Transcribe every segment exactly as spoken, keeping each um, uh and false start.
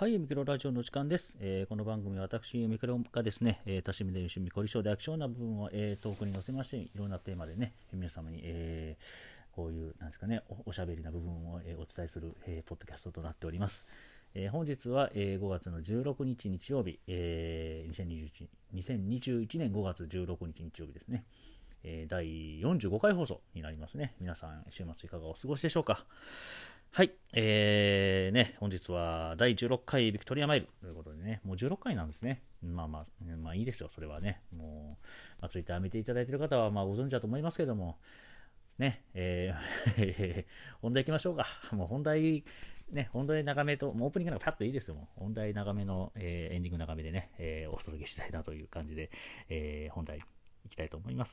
はい、ミクロラジオの時間です。えーこの番組は私、ミクロがですね、えー多趣味で趣味、凝り性で飽き性な部分を、えートークに載せまして、いろんなテーマでね、皆様に、えーこういう、なんですかね、お、おしゃべりな部分を、えーお伝えする、えーポッドキャストとなっております。えー本日は、えーごがつのじゅうろくにち日曜日、えーにせんにじゅういち、にせんにじゅういちねんごがつじゅうろくにち日曜日ですね。えーだいよんじゅうごかい放送になりますね。皆さん、週末いかがお過ごしでしょうか。はい、えーね、本日はだいじゅうろっかいビクトリアマイルということでね、もうじゅうろっかいなんですね。まあまあ、まあいいですよ、それはね。もう、まあ、ツイッター見ていただいている方はまあご存知だと思いますけども、ね、えー本題行きましょうか。もう本題、ね、本題長めと、もうオープニングなんかパッといいですよ。もう本題長めの、えーエンディング長めでね、えーお届けしたいなという感じで、えー本題行きたいと思います。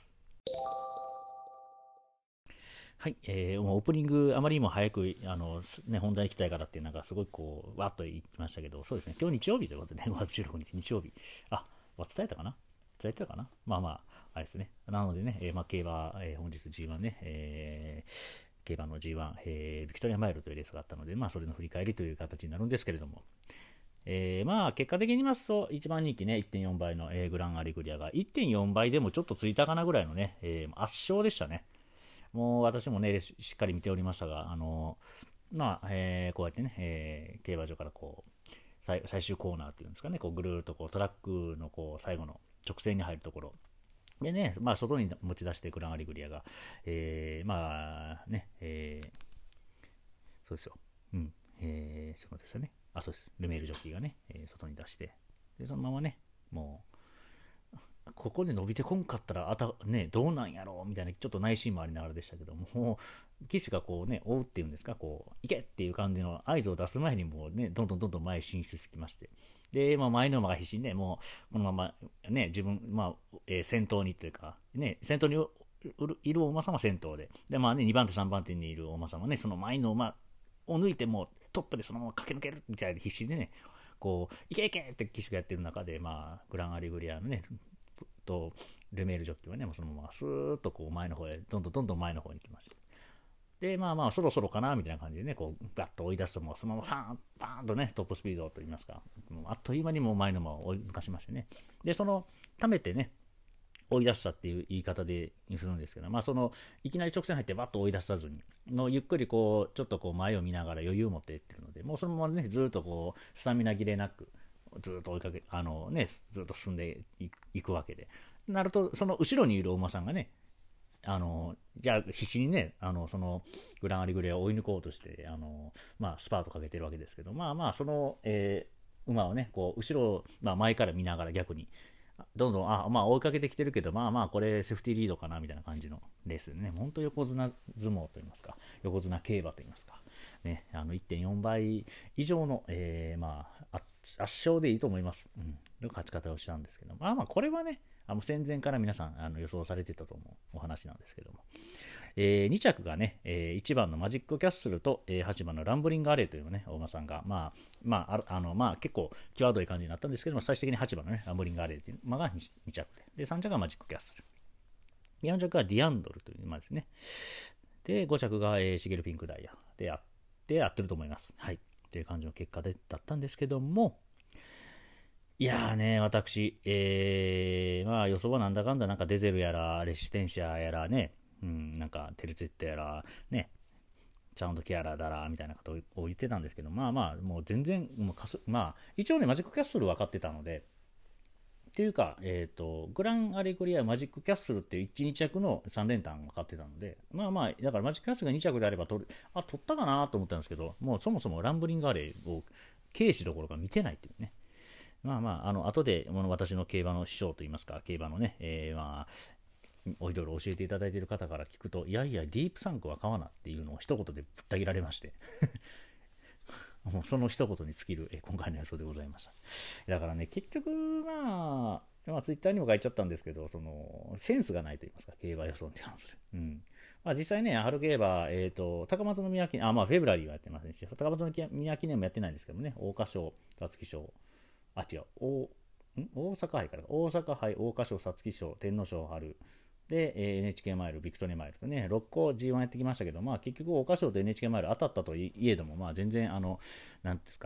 はい、えー、もうオープニング、あまりにも早くあの、ね、本題に行きたいからって、なんかすごいこう、わっと言ってましたけど、そうですね、今日日曜日ということでね、ごがつじゅうろくにち日曜日、あ、伝えたかな伝えてたかなまあまあ、あれですね。なのでね、えーまあ、競馬、えー本日 ジーワン ね、えー競馬の ジーワン、えービクトリアマイルというレースがあったので、まあ、それの振り返りという形になるんですけれども、えーまあ、結果的に言いますと、いちばん人気ね、いってんよんばいの、えーグランアリグリアが、いってんよんばいでもちょっとついたかなぐらいのね、えー圧勝でしたね。もう私もね、しっかり見ておりましたが、あのまあ、えーこうやってね、えー競馬場からこう最最終コーナーっていうんですかね、こうぐるーっとこうトラックのこう最後の直線に入るところでね、まあ、外に持ち出してグランアリグリアが、えーまあね、えーそうですよ、うん、えー、そうですよね、あ、そうです、ルメールジョッキーがね、えー外に出して、でそのままね、もうここで伸びてこんかったらあた、ね、どうなんやろうみたいなちょっと内心もありながらでしたけども、もう騎手がこうね追うっていうんですか、こう行けっていう感じの合図を出す前にもうね、どんどんどんどん前進出してきまして、で、まあ、前の馬が必死にね、もうこのままね、自分、まあえー先頭にというか、ね、先頭にいるお馬さんは先頭で、で、まあね、にばん手、さんばん手にいるお馬さんはね、その前の馬を抜いてもトップでそのまま駆け抜けるみたいで必死でね、こう、いけいけって騎手がやってる中で、まあ、グランアリグリアのね、とルメールジョッキーはね、もうそのままスーッとこう前の方へ、どんどんどんどん前の方に来ました。で、まあまあ、そろそろかなみたいな感じでね、こう、バッと追い出すと、もうそのままファーン、バーンとね、トップスピードといいますか、もうあっという間にもう前の馬を追い抜かしましてね。で、その、ためてね、追い出したっていう言い方でするんですけど、まあ、そのいきなり直線入ってバッと追い出さずにのゆっくりこうちょっとこう前を見ながら余裕を持っていってるので、もうそのままねずっとこうスタミナ切れなくずっと追いかけあのねずっと進んでいくわけで、なるとその後ろにいるお馬さんがね、あのじゃあ必死にねあのそのグランアリグレアを追い抜こうとしてあの、まあ、スパートかけてるわけですけど、まあまあその、えー馬をねこう後ろ、まあ、前から見ながら逆にどんどん、あ、まあ追いかけてきてるけど、まあまあこれセーフティーリードかなみたいな感じのレースでね、本当横綱相撲といいますか、横綱競馬といいますか、ね、あのいってんよんばい以上の、えーまあ、圧勝でいいと思います。うん、の勝ち方をしたんですけど、まあまあこれはね、あの戦前から皆さんあの予想されてたと思うお話なんですけども、えー、に着がね、えー、いちばんのマジックキャッスルと、えー、はちばんのランブリングアレイというね、大馬さんが、まあ、まあ、あのまあ、結構際どい感じになったんですけども、最終的にはちばんのね、ランブリングアレイという馬が 2, に着で、で、さん着がマジックキャッスル。よん着がディアンドルという馬ですね。で、ご着が、えー、シゲルピンクダイヤであって合ってると思います。はい。という感じの結果でだったんですけども、いやーね、私、えー、まあ予想はなんだかんだ、なんかデゼルやら、レシステンシアやらね、うん、なんかテルツィットやら、ね、チャウンドケアラーだらみたいなことを言ってたんですけど、まあまあ、もう全然、もうかすまあ、一応ね、マジックキャッスル分かってたので、っていうか、えっ、ー、と、グランアレグリアマジックキャッスルっていういち、に着のさん連単分かってたので、まあまあ、だからマジックキャッスルがに着であれば取る、あ、取ったかなと思ったんですけど、もうそもそもランブリングアレイを軽視どころか見てないっていうね。まあまあ、あの後で私の競馬の師匠といいますか、競馬のね、えー、まあ、おいろいろ教えていただいている方から聞くと、いやいや、ディープサンクは買わなっていうのを一言でぶった切られましてもうその一言に尽きるえ今回の予想でございました。だからね、結局、まあ、まあ、ツイッターにも書いちゃったんですけど、そのセンスがないと言いますか、競馬予想に関する。うんまあ、実際ね、春競馬、えーと、高松宮記念、あ、まあ、フェブラリーはやってませんし、高松宮記念もやってないんですけどね、桜花賞、皐月賞、あ、違う、大大阪杯から、大阪杯、桜花賞、皐月賞、天皇賞、春、で、えー エヌエイチケー マイル、ビクトリーマイルとね、ろっこ ジーワン やってきましたけど、まあ結局、桜花賞と エヌエイチケー マイル当たったといえども、まあ全然、あの、なんですか、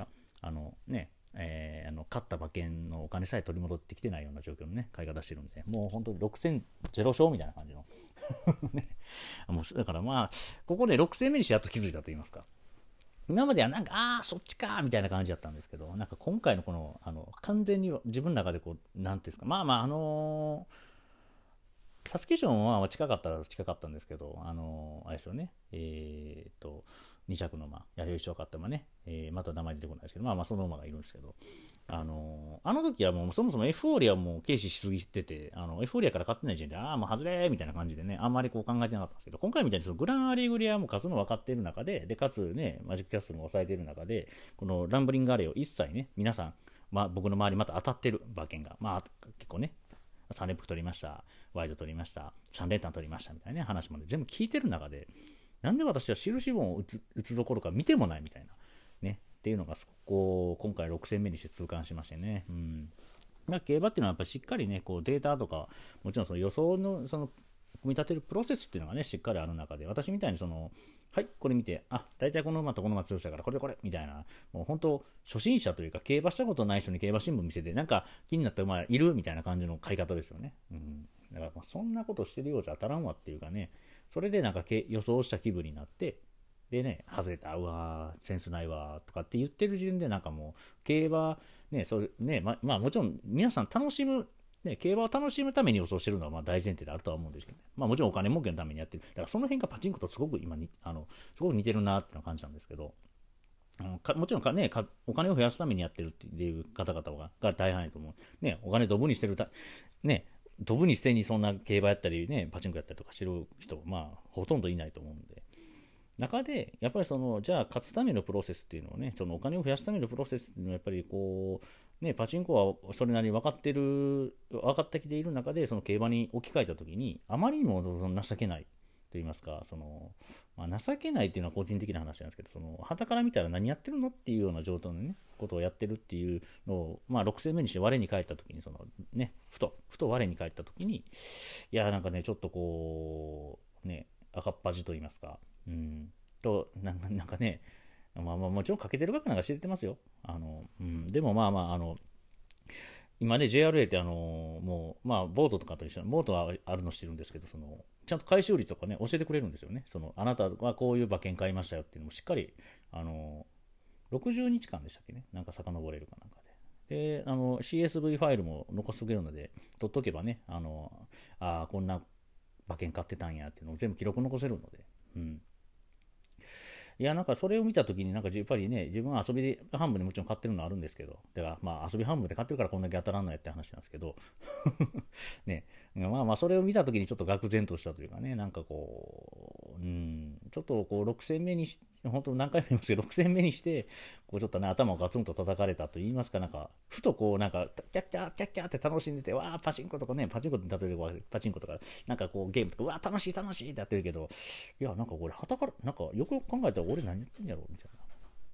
あのね、えー、あの勝った馬券のお金さえ取り戻ってきてないような状況のね、買い方してるんで、もう本当にろく戦ゼロ勝みたいな感じの。ね、もうだからまあ、ここでろく戦目にしてやっと気づいたと言いますか。今まではなんか、ああ、そっちかみたいな感じだったんですけど、なんか今回のこの、あの完全に自分の中でこう、なんていうんですか、まあまあ、あのー、皐月賞は近かったら近かったんですけど、あのー、あれですよね、えー、っと、に着の馬、弥生賞勝った馬ね、えー、また名前出てこないですけど、まあまあその馬がいるんですけど、あのー、あの時はもうそもそもエフフォーリアも軽視しすぎてて、あのエフフォーリアから勝ってない時点で、ああ、もう外れーみたいな感じでね、あんまりこう考えてなかったんですけど、今回みたいにそのグランアリーグリアも勝つの分かっている中で、で、かつね、マジックキャッスルも抑えている中で、このランブリングアレイを一切ね、皆さん、まあ、僕の周りまた当たってる馬券が、まあ結構ね、さん連複取りました、ワイド取りました、さん連単取りましたみたいな、ね、話まで全部聞いてる中で、なんで私は印本を打つ打つどころか見てもないみたいな、ね、っていうのがこう今回ろく戦目にして痛感しましてね。うん、だ競馬っていうのはやっぱりしっかりね、こうデータとか、もちろんその予想のその組み立てるプロセスっていうのがね、しっかりある中で、私みたいにその、はい、これ見て、あ、大体この馬とこの馬強さだから、これこれみたいな、もう本当、初心者というか、競馬したことない人に競馬新聞見せて、なんか気になった馬いるみたいな感じの買い方ですよね。うん、だからまあそんなことしてるようじゃ当たらんわっていうかね、それでなんか予想した気分になって、でね、外れた、うわー、センスないわとかって言ってる時点で、なんかもう、競馬、ね、それね、ま、まあもちろん皆さん楽しむ、ね、競馬を楽しむために予想してるのはまあ大前提であるとは思うんですけど、ね、まあもちろんお金儲けのためにやってる。だからその辺がパチンコとすごく今に、あの、すごく似てるなっていう感じなんですけど、あのかもちろんか、ね、かお金を増やすためにやってるっていう方々がが大半やと思う。ね、お金ドブにしてるた、ね、ドブに捨てにそんな競馬やったりね、パチンコやったりとかしてる人、まあ、ほとんどいないと思うんで。中で、やっぱりその、じゃあ勝つためのプロセスっていうのをね、そのお金を増やすためのプロセスっていうのはやっぱりこう、ね、パチンコはそれなりに分かってる、分かってきている中で、その競馬に置き換えたときに、あまりにもその情けないと言いますか、その、まあ、情けないっていうのは個人的な話なんですけど、その、傍から見たら何やってるのっていうような状態のね、ことをやってるっていうのを、まあ、ろく戦目にして我に返ったときに、その、ね、ふと、ふと我に返ったときに、いや、なんかね、ちょっとこう、ね、赤っ端と言いますか、うん、と、なんかなんかね、まあまあもちろん欠けてる額なんか知れてますよ。あの、うん、でもまあまあ、あの、今ね、ジェイアールエー ってあのもう、まあ、ボートとかと一緒に、ボートはあるのしてるんですけど、その、ちゃんと回収率とかね、教えてくれるんですよね。その、あなたはこういう馬券買いましたよっていうのもしっかり、あの、ろくじゅうにちかんでしたっけね、なんか遡れるかなんかで。で、あの、シーエスブイ ファイルも残しとけるので、取っとけばね、あの、ああ、こんな馬券買ってたんやっていうのを全部記録残せるので、うん。いや、なんかそれを見たときに、なんかやっぱりね、自分は遊びで半分でもちろん買ってるのはあるんですけど、だからまあ遊び半分で買ってるからこんだけ当たらんのやって話なんですけど、ね、まあまあそれを見たときにちょっと愕然としたというかね、なんかこう、うん、ちょっとこうろく戦目にし、本当何回も言いますけど、ろく戦目にして、こうちょっとね、頭をガツンと叩かれたと言いますか、なんか、ふとこう、なんか、キャッキャッキャッキャッって楽しんでて、わー、パチンコとかね、パチンコって例えばパチンコとか、なんかこうゲームとか、うわー、楽しい楽しいってやってるけど、いや、なんかこれ、はたから、なんかよくよく考えたら俺何やってんやろみたいな。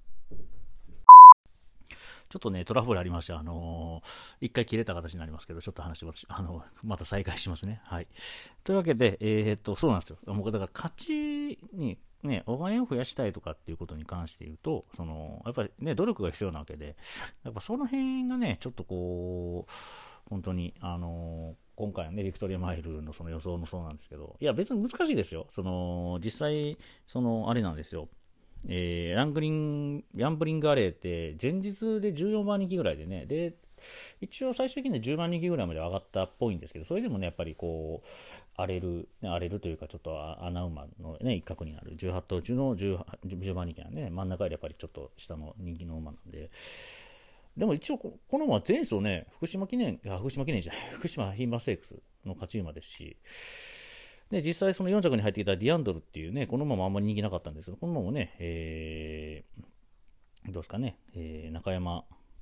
ちょっとね、トラブルありまして、あのー、一回切れた形になりますけど、ちょっと話します。あの、また再開しますね。はい。というわけで、えー、っと、そうなんですよ。もうだから勝ちに、ね、お金を増やしたいとかっていうことに関して言うと、その、やっぱりね、努力が必要なわけで、やっぱその辺がね、ちょっとこう、本当に、あのー、今回のね、ビクトリアマイルのその予想もそうなんですけど、いや、別に難しいですよ。その、実際、その、あれなんですよ。えー、ラングリン、ヤンブリングアレーって前日でじゅうよんばん人気ぐらいでね、で、一応最終的にはじゅうばん人気ぐらいまで上がったっぽいんですけど、それでもね、やっぱりこう、荒れる、荒れるというか、ちょっと穴馬のね、一角になるじゅうはち頭中のじゅうばん人気なんで、ね、真ん中よりやっぱりちょっと下の人気の馬なんで、でも一応、この馬は前走ね、福島記念、いや、福島記念じゃない、福島牝馬ステークスの勝ち馬ですし、で、実際そのよん着に入ってきたディアンドルっていうね、この馬もあんまり人気なかったんですけど、この馬もね、えー、どうですかね、えー、中山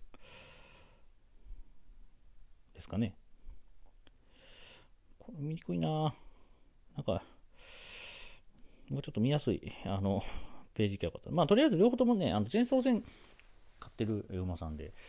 ですかね。これ見にくいななんか、もうちょっと見やすい、あの、ページがよかった。まあ、とりあえず両方ともね、あの前走戦買ってる馬さんで、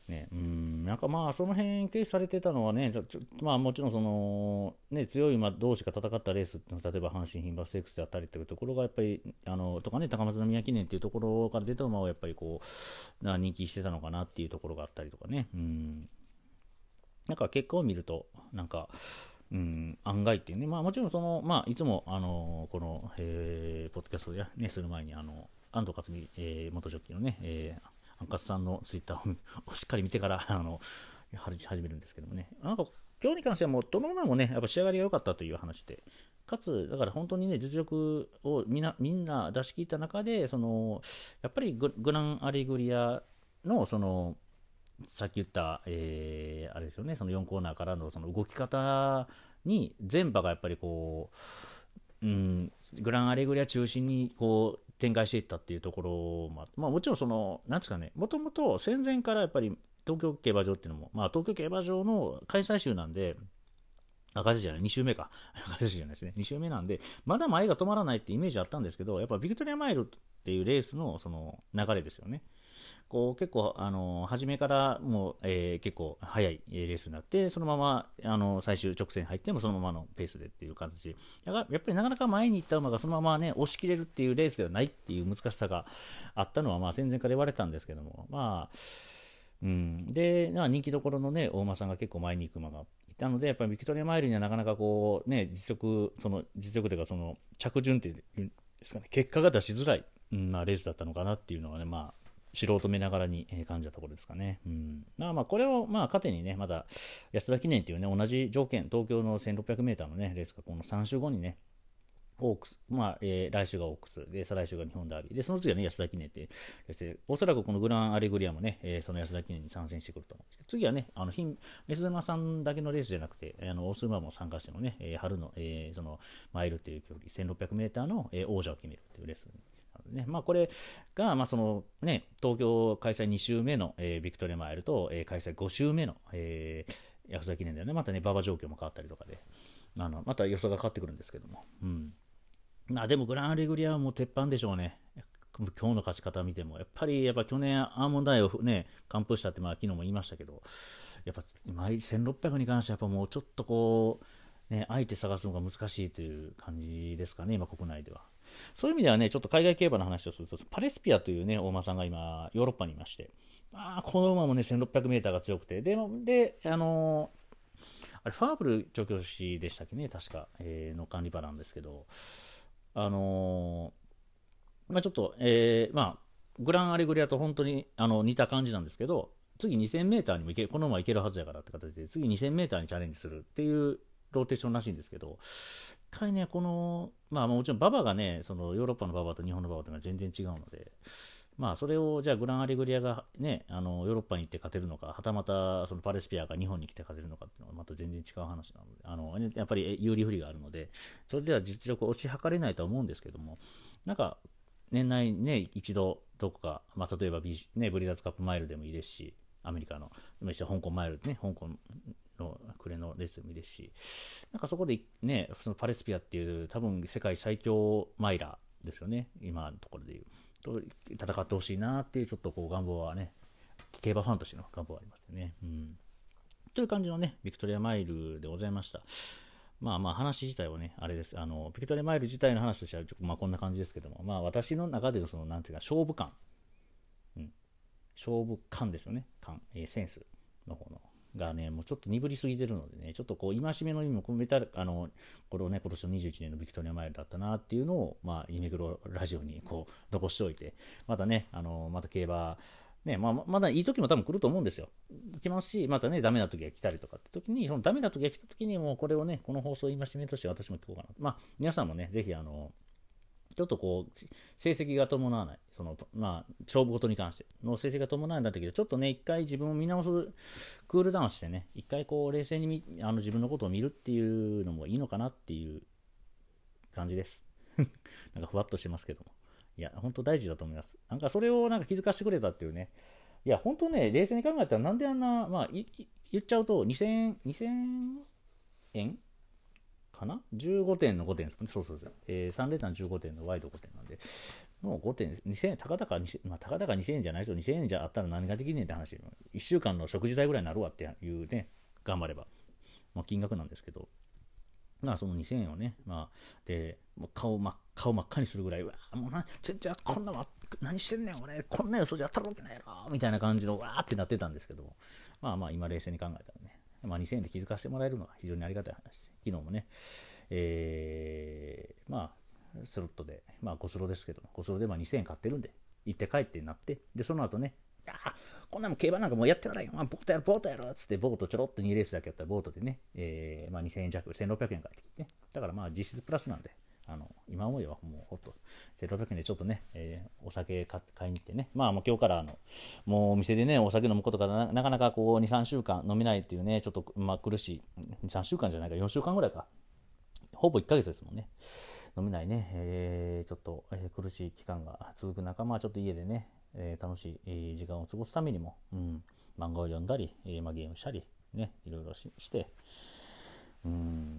ね、うん、なんかまあ、その辺、ケースされてたのはね、ちょちょまあ、もちろんその、ね、強い馬同士が戦ったレースっていうのは、例えば阪神牝馬ステークスであったりというところが、やっぱり、あのとかね、高松宮記念っていうところから出た馬をやっぱりこう、な人気してたのかなっていうところがあったりとかね、うん、なんか結果を見ると、なんか、うん、案外っていうね、まあ、もちろんその、まあ、いつも、あのこの、えー、ポッドキャストや、ね、する前に、あの安藤克美、えー、元ジョッキーのね、えーアンカツさんのツイッターをしっかり見てからあの始めるんですけどもね、なんか今日に関してはもうどの馬もね、やっぱ仕上がりが良かったという話で、かつ、だから本当にね、実力をみんなみんな出し切った中で、そのやっぱりググランアレグリアの、そのさっき言った、えーあれですよね、そのよんコーナーからのその動き方に、全馬がやっぱりこう、うん、グランアレグリア中心にこう展開していったっていうところも、まあ、もちろんその、なんですかね、もともと戦前からやっぱり東京競馬場っていうのも、まあ、東京競馬場の開催週なんで、赤字じゃない、に週目か。赤字じゃないですね。に週目なんで、まだ前が止まらないってイメージあったんですけど、やっぱビクトリアマイルっていうレースのその流れですよね。こう結構、あの初めからもう、えー結構速いレースになって、そのままあの最終直線入ってもそのままのペースでっていう感じで、やっぱりなかなか前に行った馬がそのままね、押し切れるっていうレースではないっていう難しさがあったのは、まあ戦前から言われたんですけども、まあ、うん、で、まあ人気どころのね、大馬さんが結構前に行く馬がいたので、やっぱりビクトリアマイルにはなかなかこう、ね、実力、その実力というか、その着順っていうんですかね、結果が出しづらい、うんまあ、レースだったのかなっていうのはね、まあ、素人目ながらに感じたところですかね。うん、まあまあこれをまあ糧にね、まだ安田記念っていうね、同じ条件、東京のせんろっぴゃくメーターのね、レースがこのさん週後にね、オークス、まあ、えー来週がオークス、で、再来週が日本ダービー、で、その次はね、安田記念って、でおそらくこのグランアレグリアもね、えーその安田記念に参戦してくると思うんですけど、次はね、あの、ヒンメス馬さんだけのレースじゃなくて、あの、オス馬も参加してのね、えー春の、えーその、マイルっていう距離、せんろっぴゃくメーターの、えー王者を決めるっていうレースなのでね、まあ、これが、まあ、そのね、東京開催に週目の、えービクトリアマイルと、えー開催ご週目の、えー安田記念ではね、またね、馬場状況も変わったりとかで、あの、また予想が変わってくるんですけども、うん。まあでもグランアレグリアはもう鉄板でしょうね。今日の勝ち方を見ても、やっぱりやっぱ去年アーモンドアイをね、完封したってまあ昨日も言いましたけど、やっぱ今せんろっぴゃくに関してはやっぱもうちょっとこう、ね、相手探すのが難しいという感じですかね、今国内では。そういう意味ではね、ちょっと海外競馬の話をすると、パレスピアというね、大間さんが今、ヨーロッパにいまして、まあ、この馬もね、せんろっぴゃくメーターが強くて、で、であのーあれ、ファーブル調教師でしたっけね、確か、えーの管理馬なんですけど、あのーまあ、ちょっと、えーまあ、グランアレグリアと本当にあの似た感じなんですけど、次にせんメーターにも行けこのまま行けるはずやからって形で、次にせんメーターにチャレンジするっていうローテーションらしいんですけど、一回ね、この、まあもちろん馬場がね、そのヨーロッパの馬場と日本の馬場というのは全然違うので、まあそれをじゃあグランアレグリアがね、あのヨーロッパに行って勝てるのか、はたまたそのパレスピアが日本に来て勝てるのかっていうのはまた全然違う話なので、あのやっぱり有利不利があるので、それでは実力を推し量れないとは思うんですけども、なんか年内にね、一度どこか、まあ例えば、B ね、ブリザーズカップマイルでもいいですし、アメリカの、でもいいし香港マイルね、香港の暮れのレースでもいいですし、なんかそこでね、そのパレスピアっていう多分世界最強マイラーですよね、今のところでいう。と戦ってほしいなっていうちょっとこう願望はね、競馬ファンとしての願望はありますよね。うん。という感じのね、ビクトリアマイルでございました。まあまあ話自体はね、あれです。あの、ビクトリアマイル自体の話としては、まあこんな感じですけども、まあ私の中でのその、なんていうか、勝負感。うん。勝負感ですよね。感、えーセンスの方の。がね、もうちょっと鈍りすぎてるのでね、ちょっとこう、戒めの意味も込めた、あの、これをね、今年のにじゅういちねんのビクトリアマイルだったなっていうのを、まあ、イメグロラジオにこう、残しておいて、またね、あの、また競馬、ね、まあ、まだいい時も多分来ると思うんですよ。来ますし、またね、ダメな時が来たりとかって時に、そのダメな時が来た時にもうこれをね、この放送を戒めとして私も聞こうかな。まあ、皆さんもね、ぜひあの、ちょっとこう、成績が伴わない、その、まあ、勝負事に関しての成績が伴わないんだったけど、ちょっとね、一回自分を見直す、クールダウンしてね、一回こう、冷静にみあの自分のことを見るっていうのもいいのかなっていう感じです。なんかふわっとしてますけども。いや、本当大事だと思います。なんかそれをなんか気づかせてくれたっていうね。いや、本当ね、冷静に考えたらなんであんな、まあ、いい言っちゃうとにせん、にせんえんかな ?じゅうご 点のごてんですかね。そうそうそう。えー、さん連単じゅうごてんのワイドごてんなんで。 のごてんにせんえん、たかだかにせん、まあ、たかだかにせんえんじゃないとにせんえんじゃあったら何ができんねんって話、いっしゅうかんの食事代ぐらいになるわっていうね、頑張れば、まあ、金額なんですけど、まあそのにせんえんをね、まあ、で、もう顔真顔真っ赤にするぐらい、うわもうな、全然こんなの何してんねん俺、こんな予想じゃ当たるわけないやろみたいな感じのわーってなってたんですけど、まあまあ今冷静に考えたらね、まあにせんえんで気づかせてもらえるのが非常にありがたい話です。昨日もね、えー、まあスロットで、まあごスロですけど、ごスロでまあにせんえん買ってるんで、行って帰ってなって、で、その後ね、いやこんなもん競馬なんかもうやってられんよ、まあ、ボートやろ、ボートやろっつって、ボートちょろっとにレースだけやったら、ボートでね、えーまあ、にせんえん弱、せんろっぴゃくえん返ってきてね、だからまあ実質プラスなんで、あの今思えばもうほっと、せんろっぴゃくえんでちょっとね、えー、お酒買いに行ってね、まあもう今日からあの、もうお店でね、お酒飲むことが な, なかなかこうに、さんしゅうかん飲めないっていうね、ちょっとまあ苦しい、に、さんしゅうかんじゃないか、よんしゅうかんぐらいか、ほぼいっかげつですもんね。飲めないね、えー、ちょっと、えー、苦しい期間が続く中、まあちょっと家でね、えー、楽しい、えー、時間を過ごすためにも、うん、漫画を読んだり、えーまあ、ゲームしたり、ね、いろいろ し, して、うん、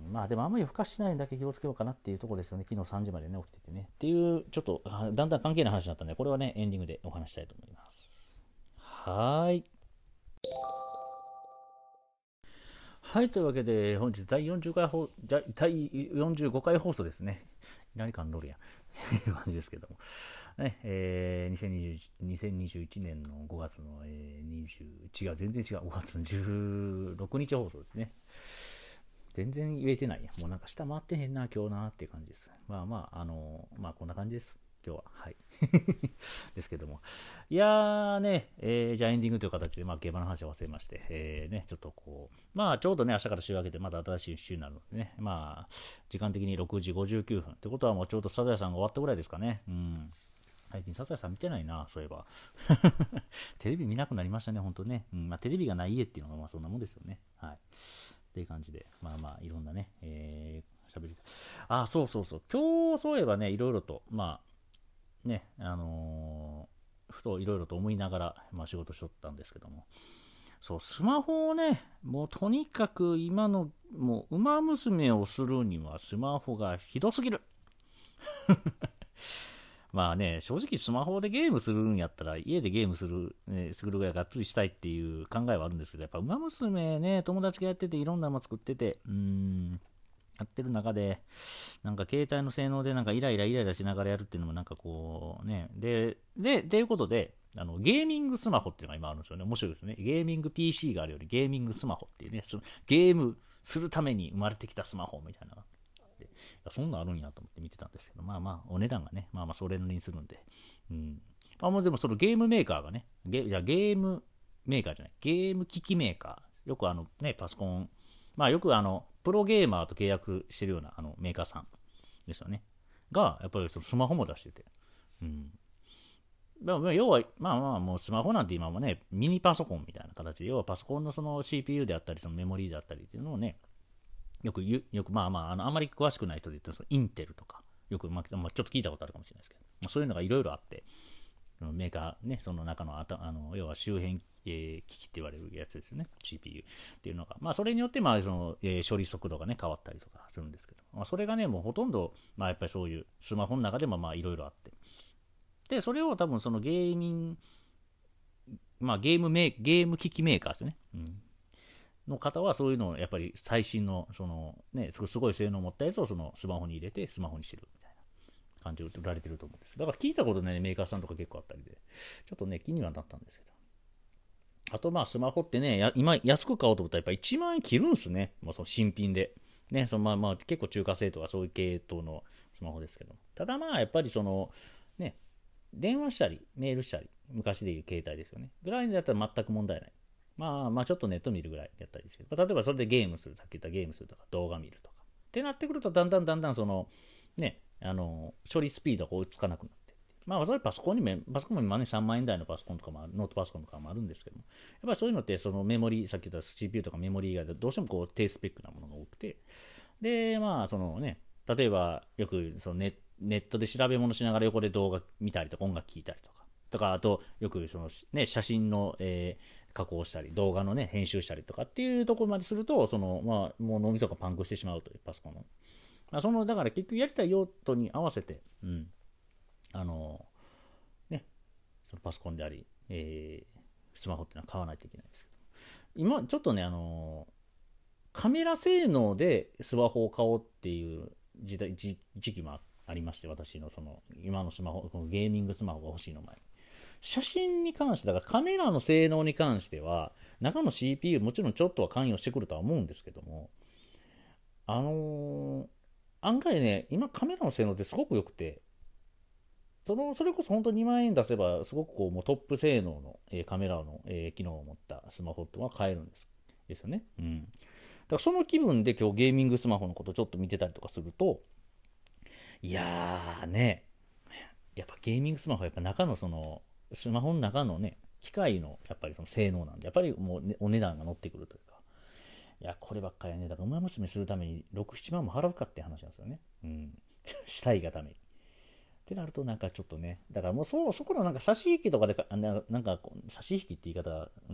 まあでもあんまり夜更かししないのだけ気をつけようかなっていうところですよね。昨日さんじまでね、起きててね。っていう、ちょっと、だんだん関係ない話になったんで、これはね、エンディングでお話したいと思います。はーい。はい、というわけで、本日だいよんじゅうかい放だいよんじゅうごかい放送ですね。何かん乗るやん。っていう感じですけども。ね、えー、にせんにじゅうにせんにじゅういちねんのごがつの、えー、にじゅう、違う、全然違う、ごがつのじゅうろくにち放送ですね。全然言えてないや。もうなんか下回ってへんな、今日なっていう感じです。まあまあ、あのー、まあこんな感じです。今日は。はい。ですけども。いやーね、えー、じゃあエンディングという形で、まあ、競馬の話を忘れまして、えー、ね、ちょっとこう、まあ、ちょうどね、明日から週明けて、また新しい週になるのでね、まあ、時間的にろくじごじゅうきゅうふん。ってことは、もうちょうどサザエさんが終わったぐらいですかね。うん。最近サザエさん見てないな、そういえば。テレビ見なくなりましたね、ほんとね。うん、まあ、テレビがない家っていうのが、まあ、そんなもんですよね。はい。っていう感じで、まあまあ、いろんなね、えー、喋り。あ、そうそうそう。今日、そういえばね、いろいろと、まあ、ね、あのー、ふといろいろと思いながら、まあ、仕事しとったんですけども、そう、スマホをね、もうとにかく今の、もう、馬娘をするにはスマホがひどすぎる。まあね、正直スマホでゲームするんやったら、家でゲームする、ね、するぐらいがっつりしたいっていう考えはあるんですけど、やっぱ馬娘ね、友達がやってて、いろんなのも作ってて、うーん、やってる中で、なんか携帯の性能でなんかイライライライラしながらやるっていうのもなんかこうね、で、で、っていうことで、あの、ゲーミングスマホっていうのが今あるんですよね。面白いですね。ゲーミング ピーシー があるよりゲーミングスマホっていうね、そのゲームするために生まれてきたスマホみたいな。でいやそんなんあるんやと思って見てたんですけど、まあまあ、お値段がね、まあまあ、それなりにするんで。うん。まあもうでもそのゲームメーカーがね、ゲじゃゲームメーカーじゃない、ゲーム機器メーカー。よくあのね、パソコン、まあよくあの、プロゲーマーと契約してるようなあのメーカーさんですよね。が、やっぱりそのスマホも出してて。うん。まあ、要は、まあまあ、もうスマホなんて今もね、ミニパソコンみたいな形で、要はパソコンのその シーピーユー であったり、そのメモリーであったりっていうのをね、よく言う、よくまあまあ、あのあんまり詳しくない人で言ってそのインテルとか、よく、まあ、まあ、ちょっと聞いたことあるかもしれないですけど、まあ、そういうのがいろいろあって、メーカーね、その中のあたあの要は周辺、えー機器って言われるやつですね、シーピーユー っていうのが、まあ、それによって、まあそのえー処理速度が、ね、変わったりとかするんですけど、まあ、それがね、もうほとんど、まあ、やっぱりそういうスマホの中でもいろいろあって、で、それを多分そのゲーミング、まあ、ゲームメゲーム機器メーカーですね、うん、の方はそういうのをやっぱり最新のその、ね、すごい性能を持ったやつをそのスマホに入れてスマホにしてるみたいな感じで売られてると思うんです。だから聞いたことね、メーカーさんとか結構あったりで、ちょっとね、気にはなったんですけど。あとまあスマホってね、や今安く買おうと思ったらやっぱいちまんえん切るんすね。まあ、その新品で。ね、そのまあまあ結構中華製とかそういう系統のスマホですけど。ただまあやっぱりその、ね、電話したり、メールしたり、昔でいう携帯ですよね。ぐらいだったら全く問題ない。まあまあちょっとネット見るぐらいやったりですけど、例えばそれでゲームする、さっき言ったゲームするとか動画見るとか。ってなってくるとだんだんだんだんその、ね、あの、処理スピードが追いつかなくなって。まあそれパソコンにも、パソコンにもねさんまんえん台のパソコンとかもある、ノートパソコンとかもあるんですけども、やっぱりそういうのってそのメモリー、さっき言った シーピーユー とかメモリー以外でどうしてもこう低スペックなものが多くて、で、まあそのね、例えばよくそのネネットで調べ物しながら横で動画見たりとか音楽聴いたりとか、とか、あと、よくその、ね、写真の、えー、加工したり、動画のね、編集したりとかっていうところまですると、その、まあ、もう脳みそがパンクしてしまうという、パソコンの。まあ、その、だから結局やりたい用途に合わせて、うん、あの、 そのパソコンであり、えー、スマホっていうのは買わないといけないんですけど、今ちょっとね、あのーカメラ性能でスマホを買おうっていう時代時時期もありまして、私のその今のスマホ、このゲーミングスマホが欲しいの前に、写真に関して、だからカメラの性能に関しては、中の シーピーユー もちろんちょっとは関与してくるとは思うんですけども、あのー案外ね、今カメラの性能ってすごく良くて、そのそれこそ本当にまん円出せば、すごくこうもうトップ性能の、えーカメラの、えー機能を持ったスマホっていうのは買えるんですですよね。うん。だからその気分で今日ゲーミングスマホのことちょっと見てたりとかすると、いやーね、やっぱゲーミングスマホはやっぱ中のその、スマホの中のね、機械のやっぱりその性能なんで、やっぱりもう、ね、お値段が乗ってくるというか、いや、こればっかりはね、だから馬娘するためにろく、ななまんも払うかって話なんですよね。うん。したいがために。ってなるとなんかちょっとね、だからもうそそこのなんか差し引きとかでか、ななんかこう差し引きって言い方、うん、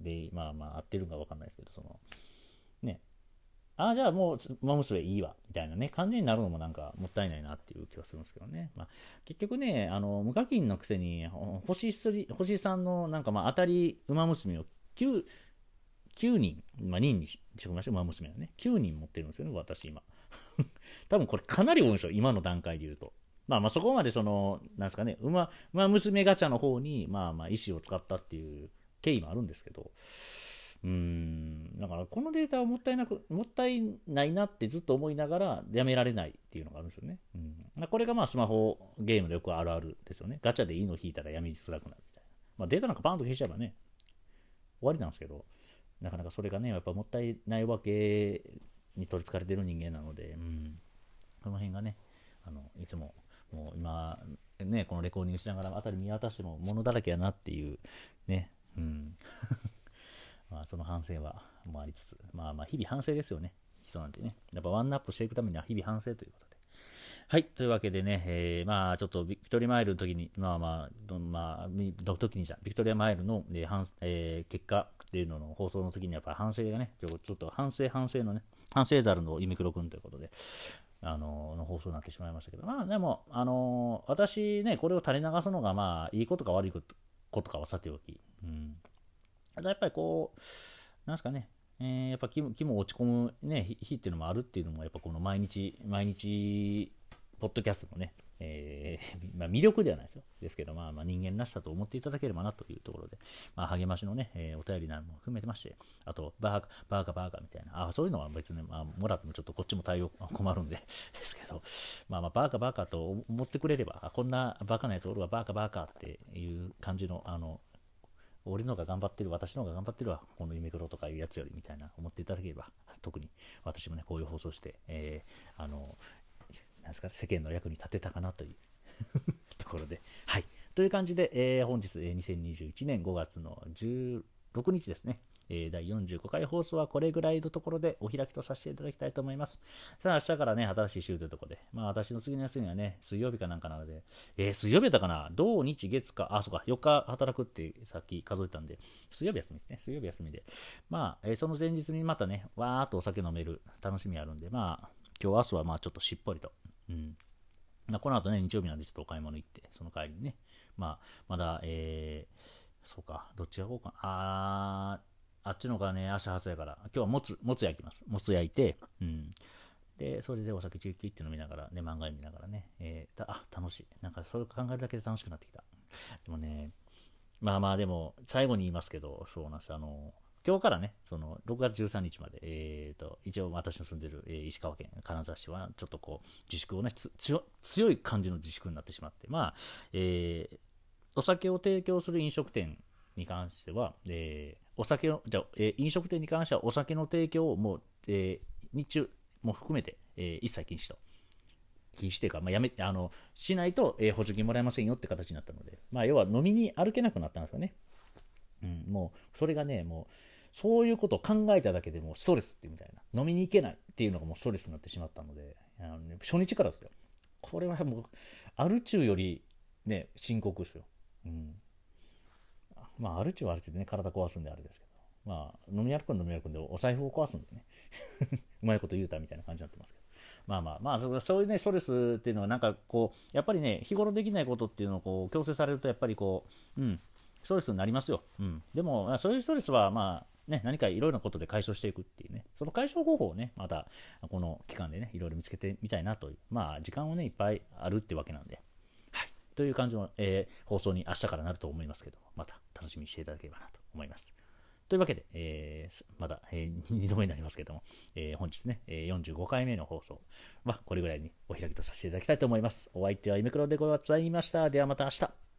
で、まあまあ合ってるかわかんないですけど、その、ね、ああ、じゃあもう、馬娘いいわ、みたいなね、感じになるのもなんかもったいないなっていう気がするんですけどね。まあ、結局ね、あの、無課金のくせに、星さん、星さんのなんかまあ当たり馬娘をきゅう、きゅうにん、まあ、人にしときましょう、馬娘はね。きゅうにん持ってるんですよね、私今。多分これかなり多いんですよ、今の段階で言うと。まあまあそこまでその、なんですかね、馬、馬娘ガチャの方に、まあまあ意思を使ったっていう経緯もあるんですけど、うーん、だからこのデータはもったいなく、もったいないなってずっと思いながらやめられないっていうのがあるんですよね。うん、これがまあスマホゲームでよくあるあるですよね。ガチャでいいの引いたらやめづらくなるみたいな。まあデータなんかバーンと消しちゃえばね、終わりなんですけど、なかなかそれがね、やっぱもったいないわけに取りつかれてる人間なので、うん、その辺がね、あのいつも、もう今、ね、このレコーディングしながら辺り見渡しても物だらけやなっていう、ね、うん。まあその反省はもありつつ、まあまあ日々反省ですよね。人なんてね。やっぱワンナップしていくためには日々反省ということで。はい。というわけでね、えー、まあちょっとビクトリアマイルの時に、まあまあ、どまあ、ど時にじゃビクトリアマイルの、えー反えー結果っていうのの放送の時にやっぱ反省がね、ちょちょっと反省反省のね、反省ザルのユミクロ君ということで、あのーの放送になってしまいましたけど、まあでも、あのー私ね、これを垂れ流すのがまあいいことか悪いことことかはさておき、うん。あとやっぱりこう、なんすかね、えーやっぱ気も気も落ち込む、ね、日日っていうのもあるっていうのも、やっぱこの毎日、毎日、ポッドキャストのね、えーまあ、魅力ではないですよ。ですけど、まあ、まあ人間らしさと思っていただければなというところで、まあ、励ましのね、えーお便りなども含めてまして、あと、バーカ、バーカ、バーカみたいな、あそういうのは別に、まあ、もらってもちょっとこっちも対応困るんでですけど、まあまあ、バーカ、バーカと思ってくれれば、あこんなバカなやつおるわ、バーカ、バーカっていう感じの、あの、俺のが頑張ってる、私のが頑張ってるわ、この夢黒とかいうやつよりみたいな思っていただければ、特に私もね、こういう放送して、えー、あの、なんですか、世間の役に立てたかなというところで、はい。という感じで、えー本日、えーにせんにじゅういちねんごがつのじゅうろくにちですね、えーだいよんじゅうごかい放送はこれぐらいのところでお開きとさせていただきたいと思います。さあ、明日からね、新しい週というところで、まあ私の次の休みはね、水曜日かなんかなので、えー水曜日だったかな、土日月か、あ、そうか、よっか働くってさっき数えたんで、水曜日休みですね、水曜日休みで。まあ、えーその前日にまたね、わーっとお酒飲める楽しみあるんで、まあ、今日明日はまあちょっとしっぽりと、うん。まあこの後ね、日曜日なんでちょっとお買い物行って、その帰りにね、まあ、まだ、えー、そうか、どっちがこうかな。あー、あっちの方がね、足はずやから、今日はもつ、もつ焼きます。もつ焼いて、うん。で、それでお酒チュッキュッって飲みながら、ね、漫画見ながらね、えー、あ、楽しい。なんかそれを考えるだけで楽しくなってきた。でもね、まあまあでも、最後に言いますけど、そうなんです。あの、今日からね、そのろくがつじゅうさんにちまで、えーと、一応私の住んでる、えー石川県金沢市は、ちょっとこう、自粛をね、つ強強い感じの自粛になってしまって、まあ、えーお酒を提供する飲食店に関しては、えーお酒を、じゃあ、えー飲食店に関してはお酒の提供をもう、えー日中も含めて、えー一切禁止と。禁止というか、まあ、やめ、あの、しないと、えー補助金もらえませんよって形になったので、まあ、要は飲みに歩けなくなったんですよね。うん、もう、それがね、もう、そういうことを考えただけでもうストレスってみたいな。飲みに行けないっていうのがもうストレスになってしまったので、あのね、初日からですよ。これはもう、アル中よりね、深刻ですよ。うん。まあ、アル中はアル中でね、体壊すんであれですけど、まあ、飲み歩くん飲み歩くんで、お財布を壊すんでね、うまいこと言うたみたいな感じになってますけど。 まあまあまあ、そそういうね、ストレスっていうのは、なんかこう、やっぱりね、日頃できないことっていうのをこう強制されると、やっぱりこう、うん、ストレスになりますよ。うん。でも、まあそういうストレスは、まあ、ね、何かいろいろなことで解消していくっていうね、その解消方法をね、また、この期間でね、いろいろ見つけてみたいなという、まあ、時間をね、いっぱいあるってわけなんで、はい。という感じの、えー放送に明日からなると思いますけども、また楽しみにしていただければなと思います。というわけで、えーまだ、えーにどめになりますけども、えー本日ね、えーよんじゅうごかいめの放送はこれぐらいにお開きとさせていただきたいと思います。お相手はイメクロでございました。ではまた明日。